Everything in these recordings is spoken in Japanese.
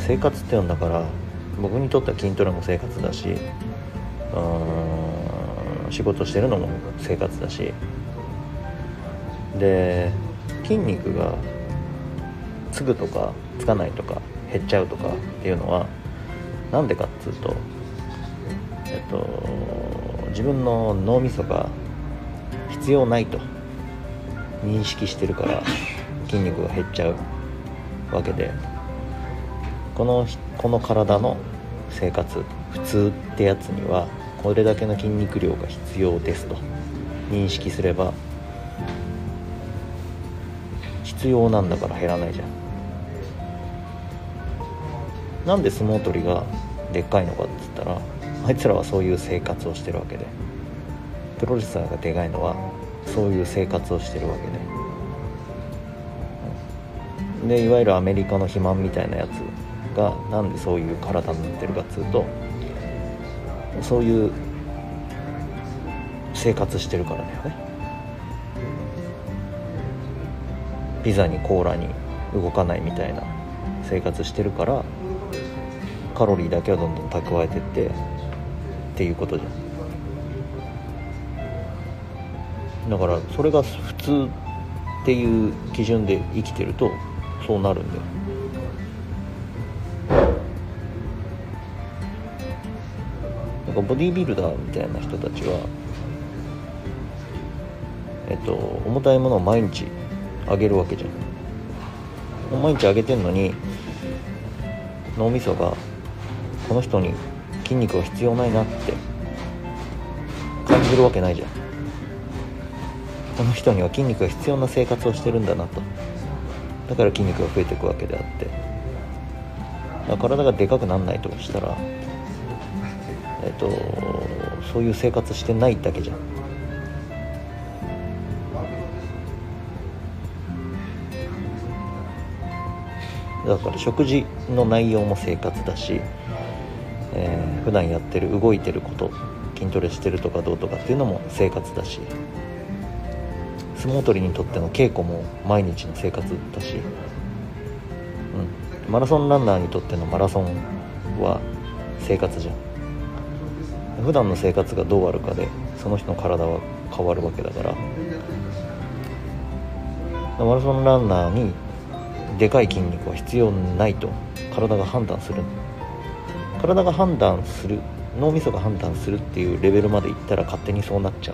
生活って言うんだから、僕にとっては筋トレも生活だし、仕事してるのも生活だし、で筋肉がつくとかつかないとか減っちゃうとかっていうのはなんでかっつうと、自分の脳みそが必要ないと認識してるから筋肉が減っちゃうわけで、この体の生活普通ってやつにはこれだけの筋肉量が必要ですと認識すれば、必要なんだから減らないじゃん。なんで相撲取りがでっかいのかっつったら、あいつらはそういう生活をしてるわけで、プロレスラーがでかいのはそういう生活をしてるわけで、いわゆるアメリカの肥満みたいなやつがなんでそういう体になってるかっつうと、そういう生活してるからだよね。ピザにコーラに動かないみたいな生活してるから、カロリーだけはどんどん蓄えてっていうことじゃん。だからそれが普通っていう基準で生きてるとそうなるんだよ。なんかボディービルダーみたいな人たちは重たいものを毎日あげるわけじゃん。毎日あげてんのに脳みそがこの人に筋肉は必要ないなって感じるわけないじゃん。この人には筋肉が必要な生活をしてるんだなと。だから筋肉が増えていくわけであって、だから体がでかくならないとしたら、そういう生活してないだけじゃん。だから食事の内容も生活だし、普段やってる動いてること、筋トレしてるとかどうとかっていうのも生活だし、相撲取りにとっての稽古も毎日の生活だし、マラソンランナーにとってのマラソンは生活じゃん。普段の生活がどうあるかでその人の体は変わるわけだから、マラソンランナーにでかい筋肉は必要ないと体が判断する。体が判断する、脳みそが判断するっていうレベルまでいったら勝手にそうなっちゃう。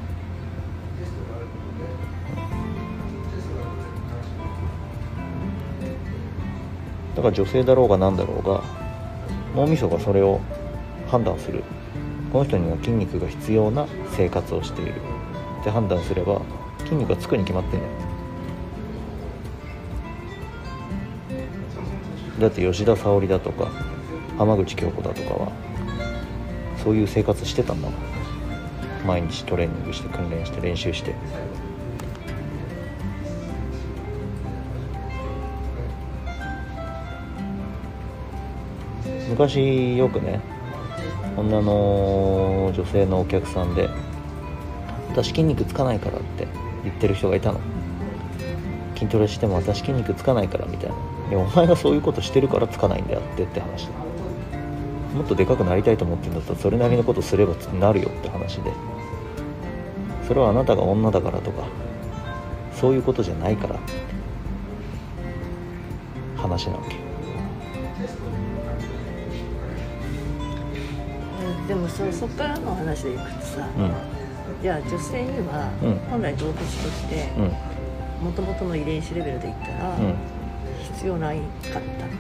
だから女性だろうが何だろうが脳みそがそれを判断する。この人には筋肉が必要な生活をしているって判断すれば筋肉がつくに決まってんだよ。だって吉田沙保里だとか浜口京子だとかはそういう生活してたんだもん。毎日トレーニングして訓練して練習して。昔よくね、女の女性のお客さんで私筋肉つかないからって言ってる人がいたの。筋トレしても私筋肉つかないからみたいな。いやお前がそういうことしてるからつかないんだよって話だ。もっとでかくなりたいと思ってるんだったらそれなりのことすればなるよって話で、それはあなたが女だからとかそういうことじゃないからって話なわけ。 でもそっからの話でいくとさ、じゃあ女性には本来動物としてもともとの遺伝子レベルで言ったら必要ないか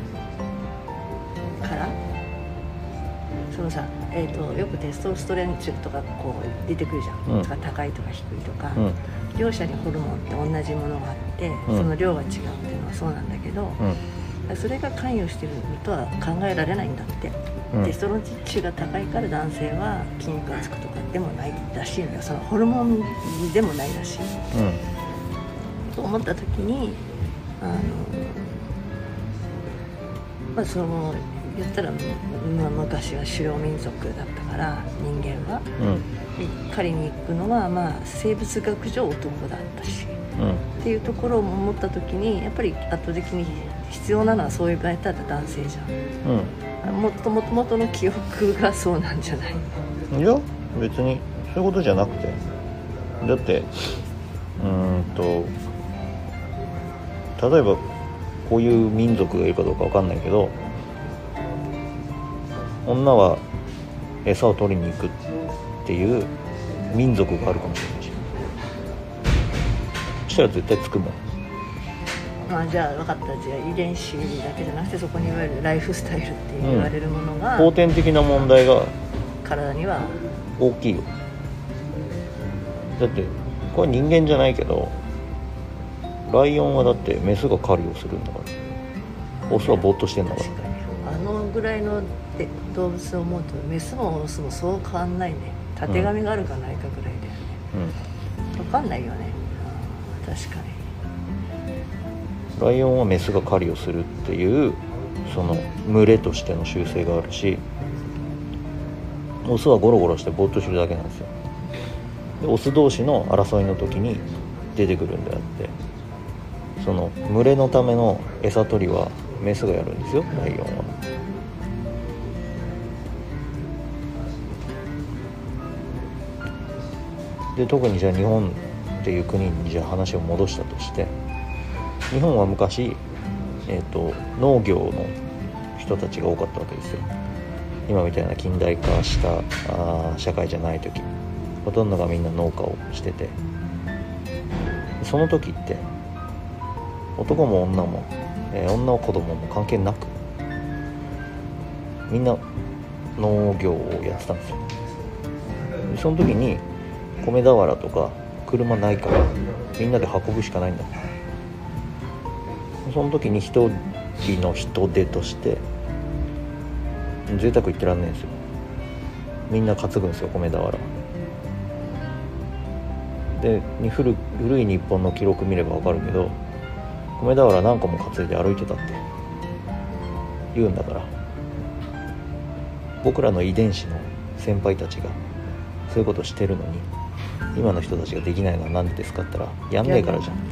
ったからそのさ、よくテストストレン値とかこう出てくるじゃん、高いとか低いとか、両者にホルモンって同じものがあって、その量が違うっていうのはそうなんだけど、それが関与してるとは考えられないんだって。テストロン値が高いから男性は筋肉がつくとかでもないらしいのよ。そのホルモンでもないらしい、と思った時にその言ったら、昔は狩猟民族だったから人間は、狩りに行くのは生物学上男だったし、っていうところを思った時にやっぱり圧倒的に必要なのはそういう場合だったら男性じゃん、もともとの記憶がそうなんじゃない？ いや別にそういうことじゃなくて、だって例えばこういう民族がいるかどうか分かんないけど、女は餌を取りに行くっていう民族があるかもしれないし、そしたら絶対つくもん。 じゃあ分かった。じゃあ遺伝子だけじゃなくてそこにいわゆるライフスタイルって言われるものが、 後天的な問題が体には大きいよ。だってこれ人間じゃないけど、ライオンはだってメスが狩りをするんだから、オスはぼーっとしてんだから。 あのぐらいの動物を思うとメスもオスもそう変わんないね。たてがみがあるかないかぐらいだよね。分かんないよね。確かにライオンはメスが狩りをするっていうその群れとしての習性があるし、オスはゴロゴロしてぼーっとしてるだけなんですよ。でオス同士の争いの時に出てくるんであって、その群れのための餌取りはメスがやるんですよ、ライオンは。で特にじゃあ日本っていう国にじゃあ話を戻したとして、日本は昔、農業の人たちが多かったわけですよ。今みたいな近代化した社会じゃない時、ほとんどがみんな農家をしてて、その時って男も女も、女も子供も関係なくみんな農業をやってたんですよ。でその時に米俵とか車ないからみんなで運ぶしかないんだ。その時に一人の人手として贅沢言ってらんねえんですよ。みんな担ぐんですよ、米俵で。古い日本の記録見れば分かるけど、米俵何個も担いで歩いてたって言うんだから、僕らの遺伝子の先輩たちがそういうことしてるのに今の人たちができないのは何でですかって言ったら、やんねえからじゃん。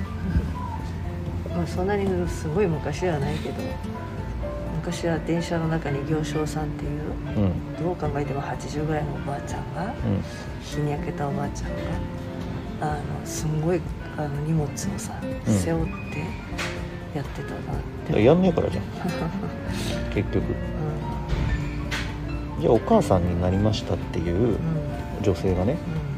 そんなにすごい昔ではないけど、昔は電車の中に行商さんっていう、どう考えても80ぐらいのおばあちゃんが、日に焼けたおばあちゃんがすんごい荷物をさ、背負ってやってたなって。 やんねえからじゃん結局、じゃあお母さんになりましたっていう女性がね、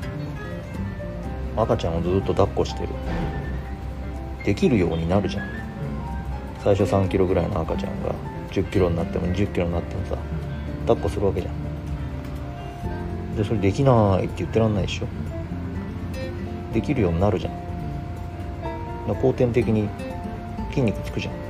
赤ちゃんをずっと抱っこしてる、できるようになるじゃん。最初3キロぐらいの赤ちゃんが10キロになっても20キロになってもさ、抱っこするわけじゃん。でそれできないって言ってらんないでしょ。できるようになるじゃん。後天的に筋肉つくじゃん。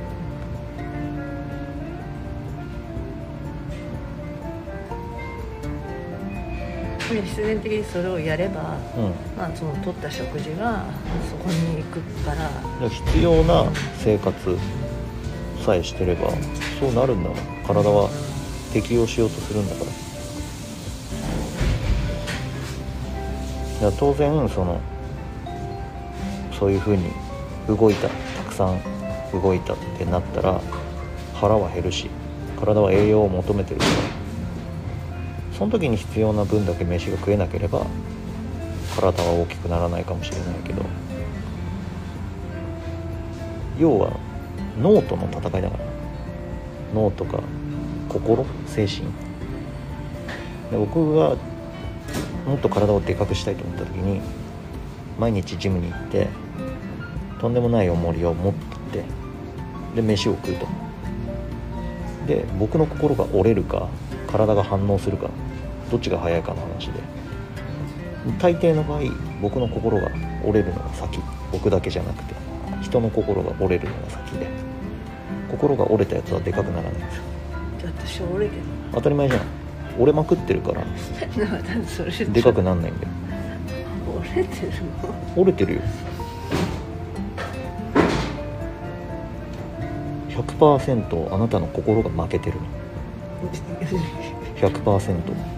必然的にそれをやれば、その取った食事がそこに行くから、 必要な生活さえしてればそうなるんだもん。体は適応しようとするんだから。当然そういう風に動いた、たくさん動いたってなったら腹は減るし、体は栄養を求めてるから、その時に必要な分だけ飯が食えなければ体は大きくならないかもしれないけど、要は脳との戦いだから。脳とか心、精神で、僕がもっと体をでかくしたいと思った時に毎日ジムに行ってとんでもない重りを持ってで飯を食うと。で僕の心が折れるか体が反応するか、どっちが早いかの話で、大抵の場合僕の心が折れるのが先。僕だけじゃなくて人の心が折れるのが先で、心が折れたやつはでかくならないんですよ。 私折れてる。 当たり前じゃん。折れまくってるからでかくなんないんだよ。 折れてるの？ 折れてるよ。 100% あなたの心が負けてるの。 100%。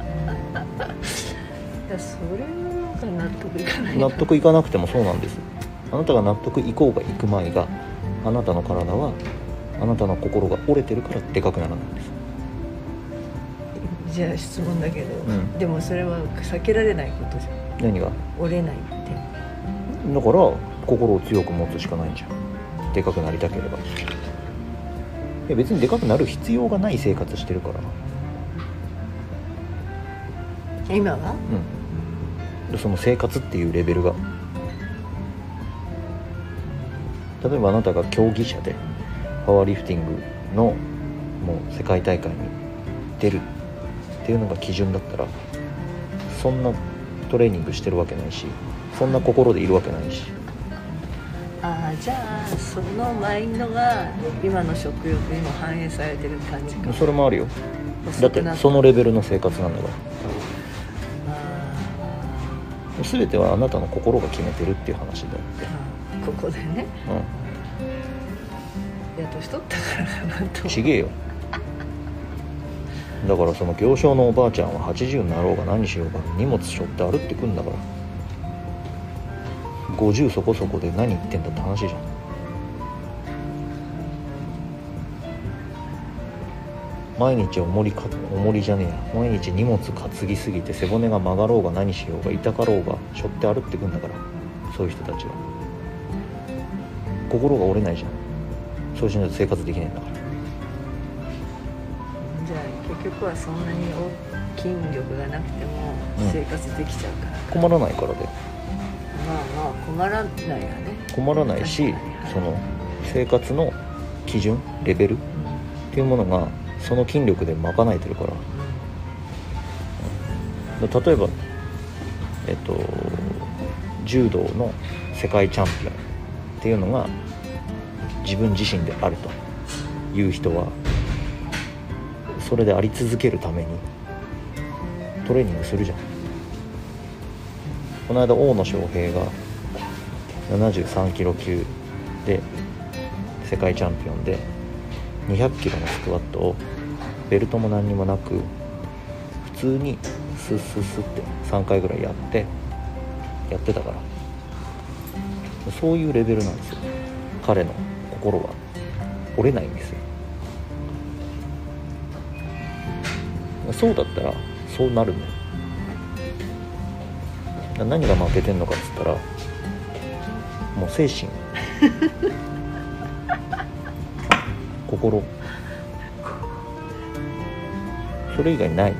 それは納得いかない。 納得いかなくてもそうなんです。あなたが納得いこうがいくまいが、あなたの体はあなたの心が折れてるからでかくならないんです。 じゃあ質問だけど、でもそれは避けられないことじゃん。 何が？ 折れないって。 だから心を強く持つしかないんじゃん。でかくなりたければ。いや別にでかくなる必要がない生活してるからな。 今は？ その生活っていうレベルが、例えばあなたが競技者でパワーリフティングのもう世界大会に出るっていうのが基準だったら、そんなトレーニングしてるわけないし、そんな心でいるわけないし。 じゃあそのマインドが今の食欲にも反映されてる感じか。 それもあるよ。だってそのレベルの生活なんだから。全てはあなたの心が決めてるっていう話だって。 ここでね。いや年取ったからかなと。 ちげえよ。だからその行商のおばあちゃんは80になろうが何しようが荷物背負って歩ってくんだから、50そこそこで何言ってんだって話じゃん。毎日重りじゃねえや、毎日荷物担ぎすぎて背骨が曲がろうが何しようが痛かろうが背負って歩ってくんだから、そういう人たちは心が折れないじゃん。そうしないと生活できないんだから。 じゃあ結局はそんなに筋力がなくても生活できちゃうから、 困らないからで。 まあ困らないよね。 困らないし、その生活の基準レベルっていうものがその筋力で賄えてるから、例えば柔道の世界チャンピオンっていうのが自分自身であるという人は、それであり続けるためにトレーニングするじゃん。この間大野将平が73キロ級で世界チャンピオンで200キロのスクワットをベルトも何にもなく普通にスッスッスッって3回ぐらいやってたから、そういうレベルなんですよ。彼の心は折れないんですよ。そうだったらそうなるんだよ。何が負けてんのかっつったら、もう精神心、それ以外ない。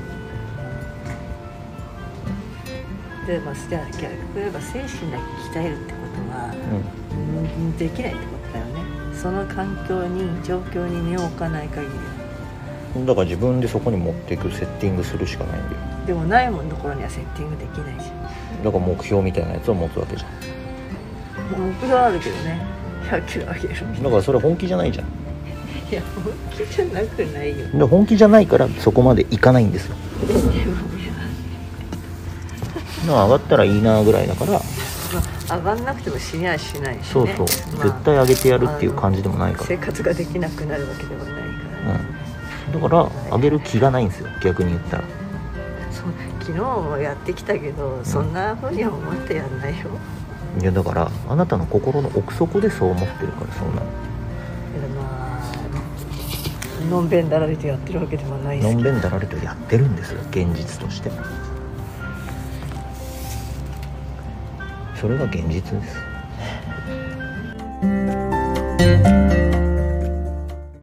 でじゃあ逆に言えば精神だけ鍛えるってことは、できないってことだよね。その環境に状況に身を置かない限り。 だから自分でそこに持っていくセッティングするしかないんだよ。 でもないもんところにはセッティングできないし。 だから目標みたいなやつを持つわけじゃん。 目標あるけどね、100キロ上げる。 だからそれ本気じゃないじゃん。 いや本気じゃなくないよ。 で本気じゃないからそこまでいかないんですよ。上がったらいいなぐらいだから、 上がんなくても死にはしないし、ね、 そうそう、絶対上げてやるっていう感じでもないから、 生活ができなくなるわけではないから、 だから上げる気がないんですよ、逆に言ったら。 昨日もやってきたけど、そんな風には思ってやんないよ。 いやだからあなたの心の奥底でそう思ってるからそうなの。 のんべんだらりとやってるわけでもないですけど、 のんべんだらりとやってるんですよ、現実として。それが現実です。